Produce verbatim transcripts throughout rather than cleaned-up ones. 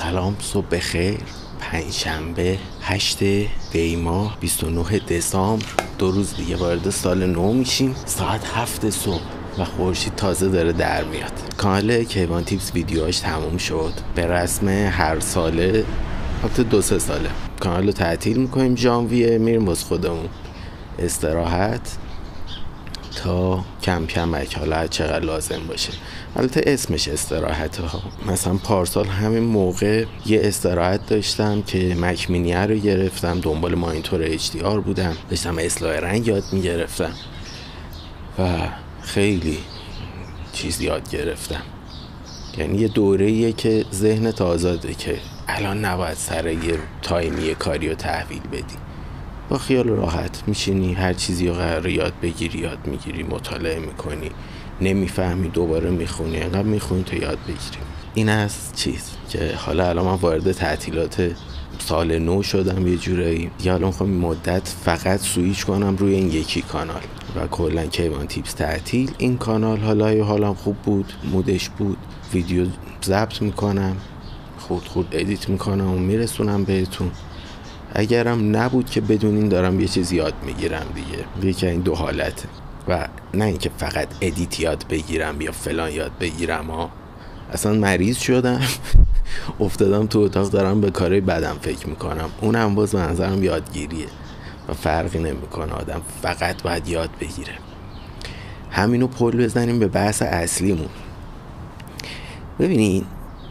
سلام، صبح بخیر. پنجشنبه هشتم دی ماه بیست و نه دسامبر، دو روز دیگه وارد سال نو میشیم. ساعت هفت صبح و خورشید تازه داره در میاد. کانال کیوان تیپس ویدیوهاش تموم شد. به رسم هر ساله، حتی دو سه ساله کانال رو تعطیل میکنیم. ژانویه میریم واسه خودمون استراحت تا کم کمک، حالا هر چقدر لازم باشه. البته اسمش استراحت ها. مثلا پارسال همین موقع یه استراحت داشتم که مک مینی رو گرفتم، دنبال مانیتور اچ دی آر بودم، داشتم اصلاح رنگ یاد میگرفتم و خیلی چیز یاد گرفتم. یعنی یه دوره‌ایه که ذهنت آزاده که الان نباید سر یه تایمی کاری رو تحویل بدی. با خیال راحت میشینی، هر چیزی رو قراره یاد بگیری یاد میگیری، مطالعه میکنی، نمیفهمی دوباره میخونی، انقدر میخونی تا یاد بگیری. این از چیز که حالا الان من وارد تعطیلات سال نو شدم یه جورایی. یا الان میخوام مدت فقط سویچ کنم روی این یکی کانال و کلا کیوان تیپس تعطیل. این کانال حالا حالم خوب بود، مودش بود، ویدیو ضبط میکنم، خود خود ادیت میکنم و میرسونم بهتون. اگرم نبود که بدونین دارم یه چیز یاد میگیرم دیگه. یکی این دو حالته و نه اینکه فقط ادیت یاد بگیرم یا فلان یاد بگیرم ها. اصلا مریض شدم افتادم تو اتاق دارم به کارهای بدم فکر میکنم. اونم باز به نظرم یادگیریه و فرقی نمیکنه. آدم فقط باید یاد بگیره. همینو پل بزنیم به بحث اصلیمون. ببینین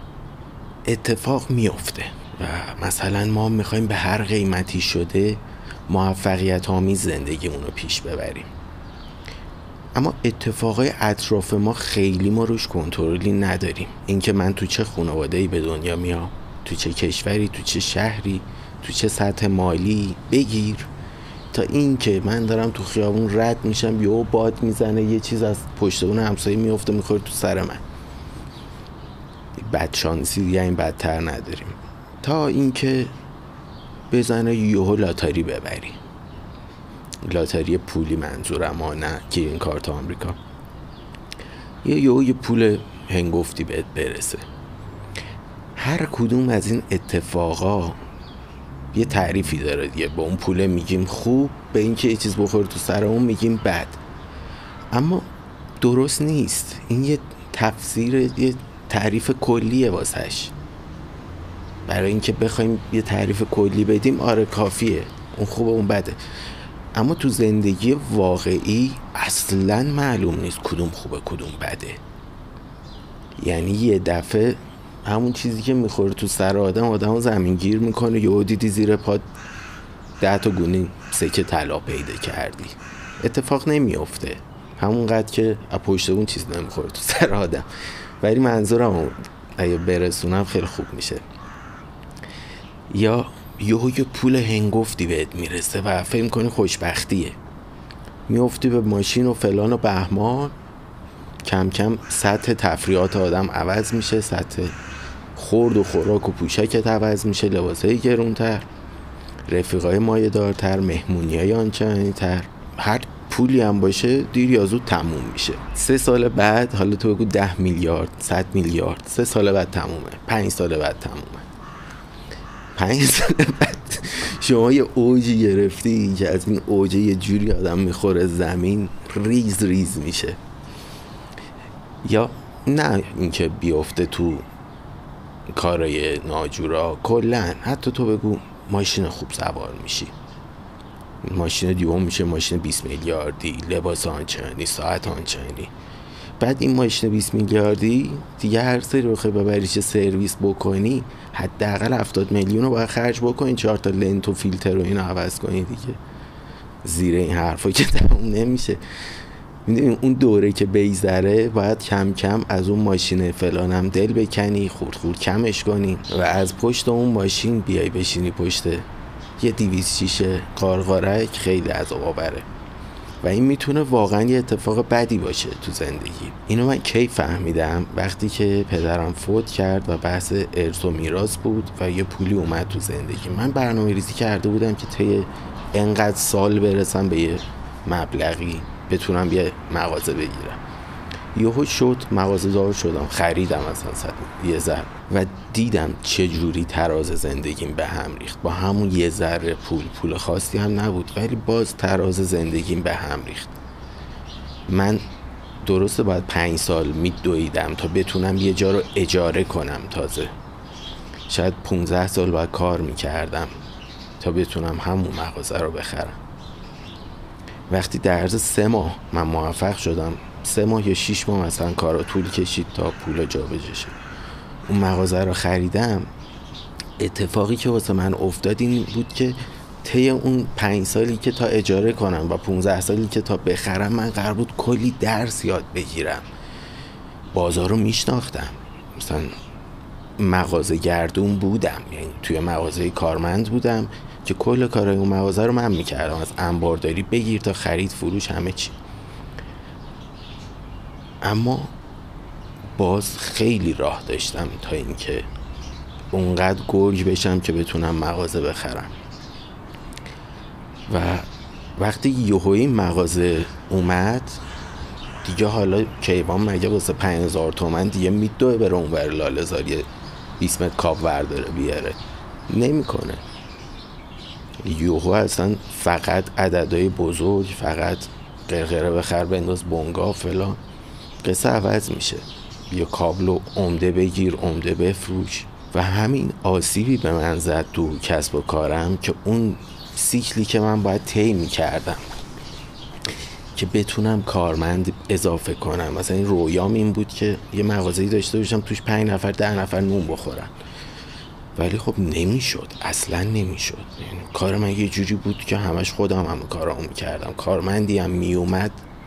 اتفاق میفته و مثلا ما میخوایم به هر قیمتی شده موفقیت آمیز زندگیمون رو پیش ببریم، اما اتفاقای اطراف ما خیلی ما روش کنترلی نداریم. اینکه من تو چه خانواده‌ای به دنیا میام، تو چه کشوری، تو چه شهری، تو چه سطح مالی بگیر، تا اینکه من دارم تو خیابون رد میشم یهو باد میزنه یه چیز از پشت اون همسایه میفته میخوره تو سر من. بد شانسی دیگه این بدتر نداریم. تا اینکه بزنه یهو لاتاری ببری، لاتاری پولی منظورم ها، نه گرین کارت آمریکا. یه یهو یه پول هنگفتی بهت برسه. هر کدوم از این اتفاقا یه تعریفی داره دیگه. با اون پول میگیم خوب، به اینکه یه چیز بخوره تو سرمون میگیم بد. اما درست نیست. این یه تفسیر، یه تعریف کلیه واسش. برای اینکه بخوایم یه تعریف کلی بدیم آره کافیه، اون خوبه اون بده. اما تو زندگی واقعی اصلاً معلوم نیست کدوم خوبه کدوم بده. یعنی یه دفعه همون چیزی که میخوره تو سر آدم آدمو زمین گیر میکنه، یهو دیدی زیر پات ده تا گونه سکه طلا پیدا کردی. اتفاق نمیافته همونقدر که پشت اون چیز نمیخوره تو سر آدم. ولی منظورم اگه برسونم خیلی خوب میشه. یا یهو یه پول هنگفتی بهت میرسه و فکر کنی خوشبختیه، میافتی به ماشین و فلان و بهمان. کم کم سطح تفریحات آدم عوض میشه، سطح خورد و خوراک و پوشکت عوض میشه، لباسای گرونتر، رفیقای مایه دارتر، مهمونیای آنچنانی تر. هر پولی هم باشه دیر یا زود تموم میشه. سه سال بعد حالا تو بگو ده میلیارد، صد میلیارد، سه سال بعد تمومه، پنج سال بعد تمومه. پنج سال بعد شما یه اوجی گرفتی که از این اوجه یه جوری آدم میخوره زمین ریز ریز میشه. یا نه اینکه بیفته تو کارای ناجورا، کلن حتی تو بگو ماشین خوب سوار میشی، ماشین دیوم میشه ماشین بیست میلیاردی، لباس آنچنانی، ساعت آنچنانی. بعد این ماشین بیست میلیاردی دیگه هر سری بخوای ببریش سرویس بکنی حداقل هفتاد میلیون رو باید خرج بکنی، چهار تا لنت و فیلتر و اینو عوض کنی دیگه. زیر این حرفا که تموم نمیشه. میدونی اون دوره که بیزره باید کم کم از اون ماشین فلانم دل بکنی، خورد خورد کمش کنی و از پشت اون ماشین بیای بشینی پشت یه دیویس شیشه قارقارک. خیلی عذاب آوره و این میتونه واقعا یه اتفاق بدی باشه تو زندگی. اینو من کی فهمیدم؟ وقتی که پدرم فوت کرد و بحث ارث و میراث بود و یه پولی اومد تو زندگی. من برنامه ریزی کرده بودم که طی انقدر سال برسم به یه مبلغی بتونم یه مغازه بگیرم. یهو شد مغازه دار شدم، خریدم اصلا صد یه ذره و دیدم چه جوری تراز زندگیم به هم ریخت. با همون یه ذره پول، پول خاصی هم نبود، ولی باز تراز زندگیم به هم ریخت. من درسته باید پنج سال میدویدم تا بتونم یه جا رو اجاره کنم، تازه شاید پونزده سال باید کار میکردم تا بتونم همون مغازه رو بخرم. وقتی در عرض سه ماه من موفق شدم، سه ماه یا شیش ماه مثلا کارا طول کشید تا پول جا بجا شد، اون مغازه رو خریدم. اتفاقی که واسه من افتاد این بود که طی اون پنج سالی که تا اجاره کنم و پونزده سالی که تا بخرم، من قرار بود کلی درس یاد بگیرم. بازار رو میشناختم، مثلا مغازه گردون بودم، یعنی توی مغازه کارمند بودم که کل کارهای اون مغازه رو من میکردم، از انبارداری بگیر تا خرید فروش همه چی. اما باز خیلی راه داشتم تا اینکه اونقدر گرگ بشم که بتونم مغازه بخرم. و وقتی یهویی مغازه اومد دیگه، حالا کیوان مگه واسه پنج هزار تومن دیگه میدوه بره اونور لاله‌زار یه بیست متر کاب ورداره بیاره؟ نمیکنه. یهو اصلا فقط عددهای بزرگ، فقط قرقره بخر بنداز بونگا فلان، قصه عوض میشه. یا کابلو عمده بگیر، عمده بفروش. و همین آسیبی به من زد تو کسب و کارم که اون سیکلی که من باید طی میکردم که بتونم کارمند اضافه کنم. مثلا این رویام این بود که یه مغازه‌ای داشته باشم توش پنج نفر ده نفر نون بخورن، ولی خب نمیشد، اصلا نمیشد. یعنی کار من یه جوری بود که همش خودم همه کارامو میکردم. کارمندی هم میومد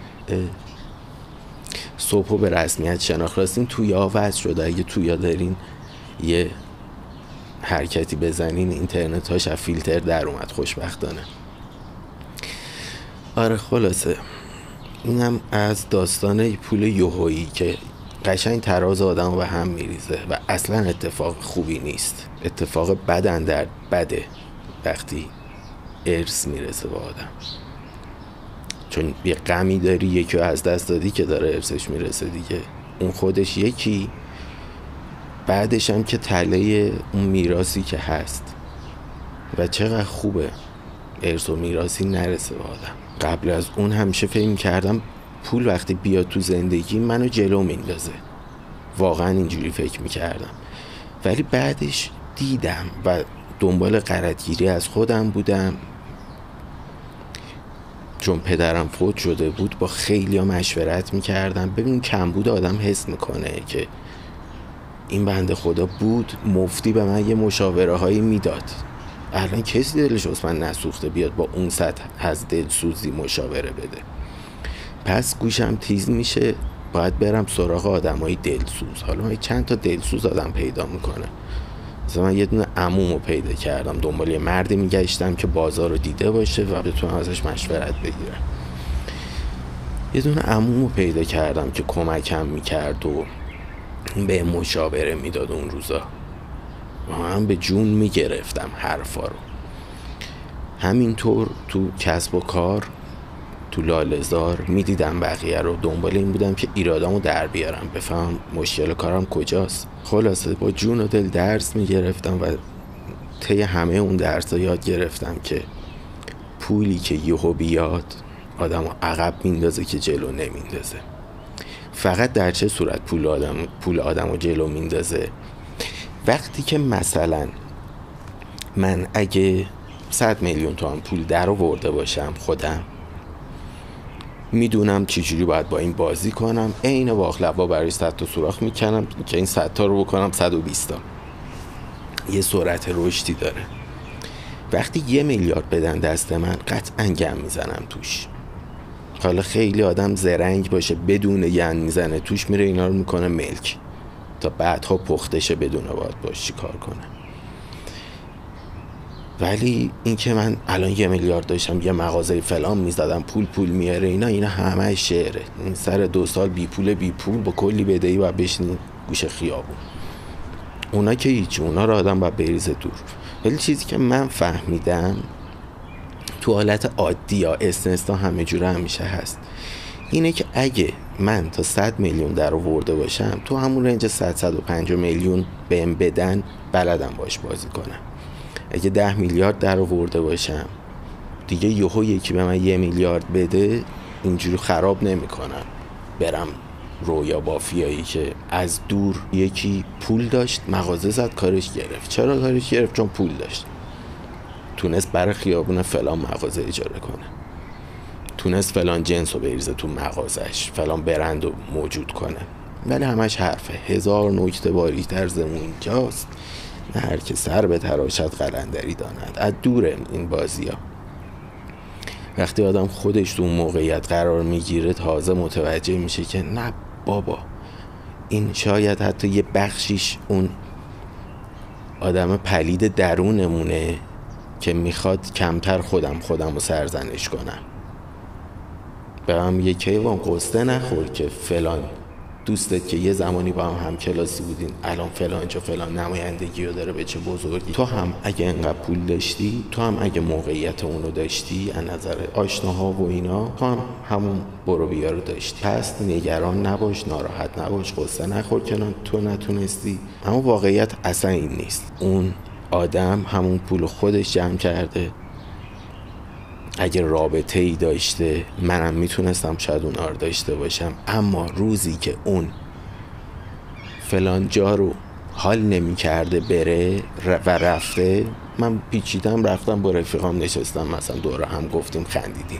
صبح به رسمیت شناخت. راستین تویا وضع شده، اگه تویا دارین یه حرکتی بزنین اینترنت هاش از فیلتر در اومد خوشبختانه. آره خلاصه اینم از داستان پول یوهویی که قشنگ تراز آدم رو به هم میریزه و اصلا اتفاق خوبی نیست. اتفاق بدن در بده وقتی ارث میرسه به آدم، چون یه غمی داری، یکی از دست دادی که داره ارثش میرسه دیگه. اون خودش یکی، بعدش هم که تله اون میراثی که هست. و چقدر خوبه ارث و میراثی نرسه به آدم. قبل از اون همیشه فکر می‌کردم پول وقتی بیاد تو زندگی منو جلو میندازه، واقعا اینجوری فکر می‌کردم. ولی بعدش دیدم و دنبال غلطگیری از خودم بودم، چون پدرم فوت شده بود با خیلی ها مشورت می‌کردم. ببین کمبود آدم حس میکنه که این بنده خدا بود مفتی به من یه مشاوره هایی میداد. الان کسی دلش از من نسوخته بیاد با اون سطح از دلسوزی مشاوره بده. پس گوشم تیز میشه، باید برم سراغ آدم های دلسوز. حالا چند تا دلسوز آدم پیدا میکنه. مثلا من یه دونه عمومو پیدا کردم، دنبال یه مردی میگشتم که بازار رو دیده باشه و بتونم ازش مشورت بگیرم. یه دونه عمومو پیدا کردم که کمکم میکرد و به مشاوره میداد. اون روزا من به جون میگرفتم حرفا رو. همینطور تو کسب و کار تو لاله‌زار میدیدم بقیه رو، دنبال این بودم که ایرادامو در بیارم، بفهم مشکل کارم کجاست. خلاصه با جون و دل درس میگرفتم و طی همه اون درس‌ها یاد گرفتم که پولی که یهو بیاد آدمو عقب میندازه که جلو نمیندازه. فقط در چه صورت پول آدم پول آدمو جلو میندازه؟ وقتی که مثلا من اگه صد میلیون تومان پول در آورده باشم، خودم میدونم چجوری باید با این بازی کنم، عین باقلوا برای صد تا سوراخ میکنم که این صد تا رو بکنم صد و بیست تا. یه سرعت رشدی داره. وقتی یه میلیارد بدن دست من قطعا گم میزنم توش. حالا خیلی آدم زرنگ باشه بدون گن میزنه توش، میره اینا رو میکنه ملک تا بعدها پخته شه بدون باید باش چی کار کنه. ولی این که من الان یه میلیارد داشتم یه مغازه فلان میزدم پول پول میاره، اینا اینا همه شعره. این سر دو سال بی پول بی پول با کلی بدهی باید بشینی گوشه خیابون. اونا که هیچ، اونا رو آدم باید بریزه دور. ولی چیزی که من فهمیدم تو حالت عادی یا استثنا همه جوره همیشه هست، اینه که اگه من تا صد میلیون در آورده باشم، تو همون رنج صد صد و پنجاه میلیون بهم بدن بلدم باش بازی کنم. اگه ده میلیارد در آورده باشم دیگه یهو یکی به من یه میلیارد بده اینجوری خراب نمی کنم. برم رویا بافیایی که از دور یکی پول داشت مغازه زد کارش گرفت. چرا کارش گرفت؟ چون پول داشت، تونست برای خیابون فلان مغازه اجاره کنه، تونست فلان جنس رو بریزه تو مغازش، فلان برند رو موجود کنه. ولی همش حرفه. هزار نکته باریک‌تر زمون اینجاست، نه هر که سر به تراشد قلندری داند. از دوره این بازی ها. وقتی آدم خودش تو اون موقعیت قرار میگیره تازه متوجه میشه که نه بابا، این شاید حتی یه بخشیش اون آدم پلید درونمونه که میخواد کمتر خودم خودم رو سرزنش کنم. به هم یه کیوان قصه نخور که فلان دوستت که یه زمانی با هم هم کلاسی بودین الان فلان جا فلان نمایندگی رو داره به چه بزرگی. تو هم اگه انقدر پول داشتی، تو هم اگه موقعیت اونو داشتی از نظر آشناها و اینا، تو هم همون برو بیا رو داشتی. پس نگران نباش، ناراحت نباش، قصه نخور که تو نتونستی. اما واقعیت اصلا این نیست. اون آدم همون پول خودش جمع کرده. اگه رابطه ای داشته منم میتونستم شاید اونا رو داشته باشم، اما روزی که اون فلان جا رو حال نمی کرده بره و رفته، من پیچیدم رفتم با رفیقام نشستم مثلا دور هم گفتیم خندیدیم.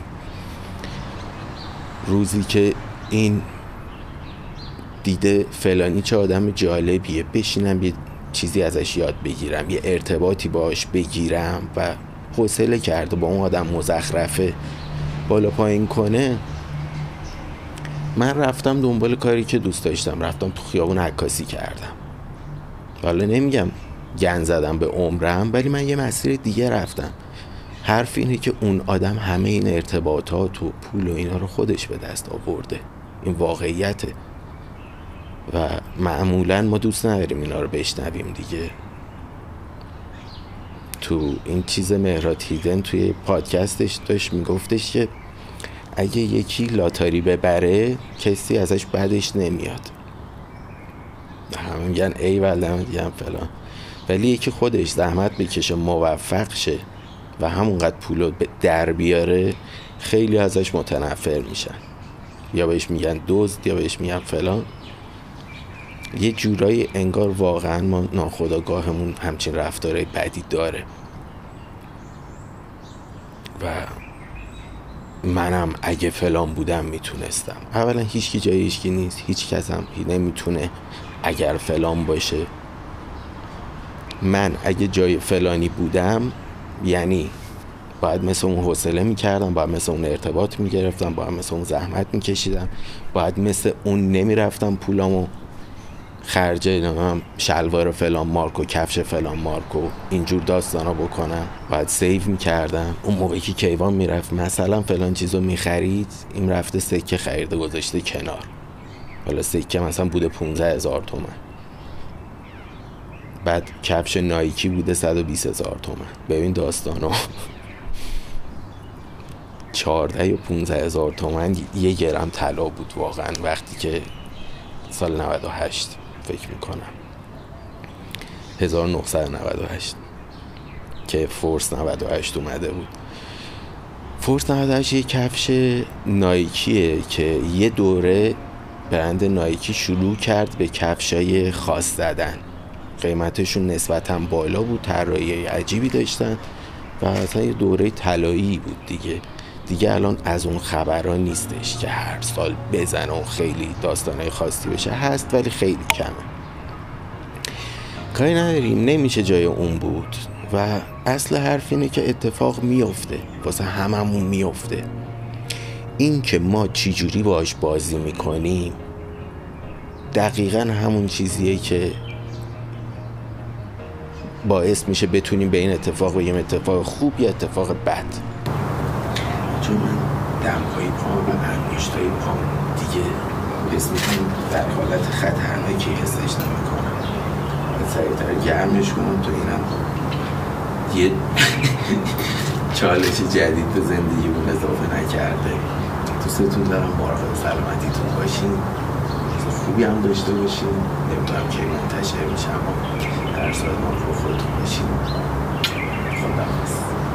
روزی که این دیده فلانی چه آدم جالبیه، بشینم یه چیزی ازش یاد بگیرم، یه ارتباطی باش بگیرم و حوصله کرده با اون آدم مزخرفه بالا پایین کنه، من رفتم دنبال کاری که دوست داشتم، رفتم تو خیابون عکاسی کردم. حالا نمیگم گند زدم به عمرم، ولی من یه مسیر دیگه رفتم. حرف اینه که اون آدم همه این ارتباطات و پول و اینا رو خودش به دست آورده. این واقعیته و معمولا ما دوست نداریم اینا رو بشنویم دیگه. تو این چیز مهراد هیدن توی پادکستش داشت میگفتش که اگه یکی لاتاری ببره کسی ازش بعدش نمیاد، همه میگن ای ولد، همه میگن فلان، ولی یکی خودش زحمت بکشه موفق شه و همونقدر پولو در بیاره خیلی ازش متنفر میشن، یا بهش میگن دزد یا بهش میگن فلان. یه جورایی انگار واقعا ما ناخودآگاهمون همچین رفتارهای بدی داره و منم اگه فلان بودم میتونستم. اولا هیچ کی جای هیچ کی نیست، هیچ کس هم نمیتونه اگر فلان باشه. من اگه جای فلانی بودم یعنی باید مثل اون حوصله میکردم، باید مثل اون ارتباط میگرفتم، باید مثل اون زحمت میکشیدم، باید مثل اون نمیرفتم پولامو خرج نمیم شلوار فلان مارک و کفش فلان مارک و اینجور داستانا بکنم، باید سیو میکردم. اون موقعی که کیوان میرفت مثلا فلان چیزو میخرید، این رفته سکه خریده گذاشته کنار، حالا سکه مثلا بوده پونزده هزار تومن، بعد کفش نایکی بوده صد و بیست هزار تومن. ببین داستانو چهارده یا پونزده هزار تومن یه گرم طلا بود واقعا وقتی که سال نود و هشت فکر میکنم هزار و نهصد و نود و هشت که فورس نود و هشت اومده بود. فورس نود و هشت یه کفش نایکیه که یه دوره برند نایکی شروع کرد به کفشای خاص زدن، قیمتشون نسبتاً بالا بود، طراحی عجیبی داشتن و اصلا یه دوره طلایی بود دیگه. دیگه الان از اون خبرها نیستش که هر سال بزنه و خیلی داستانهای خاصی بشه، هست ولی خیلی کمه. کاری نداریم، نمیشه جای اون بود و اصل حرف اینه که اتفاق میفته، واسه هممون میفته. این که ما چی جوری باش بازی میکنیم دقیقاً همون چیزیه که باعث میشه بتونیم به این اتفاق بگیم اتفاق خوب یا اتفاق بد. چون من دمپایی پام و انگشتای پام دیگه حس میکنم در حالت خطرناکی حسش نمیکنم و سریعتر گرمش کنم تو اینم یه چالش جدید به زندگیمون اضافه نکرده. دوستتون دارم. مراقب سلامتیتون باشین، خوبی هم داشته باشین. نمیدونم کی منتشر میشه اما در سال ما رو خودتون باشین. خدا حافظ.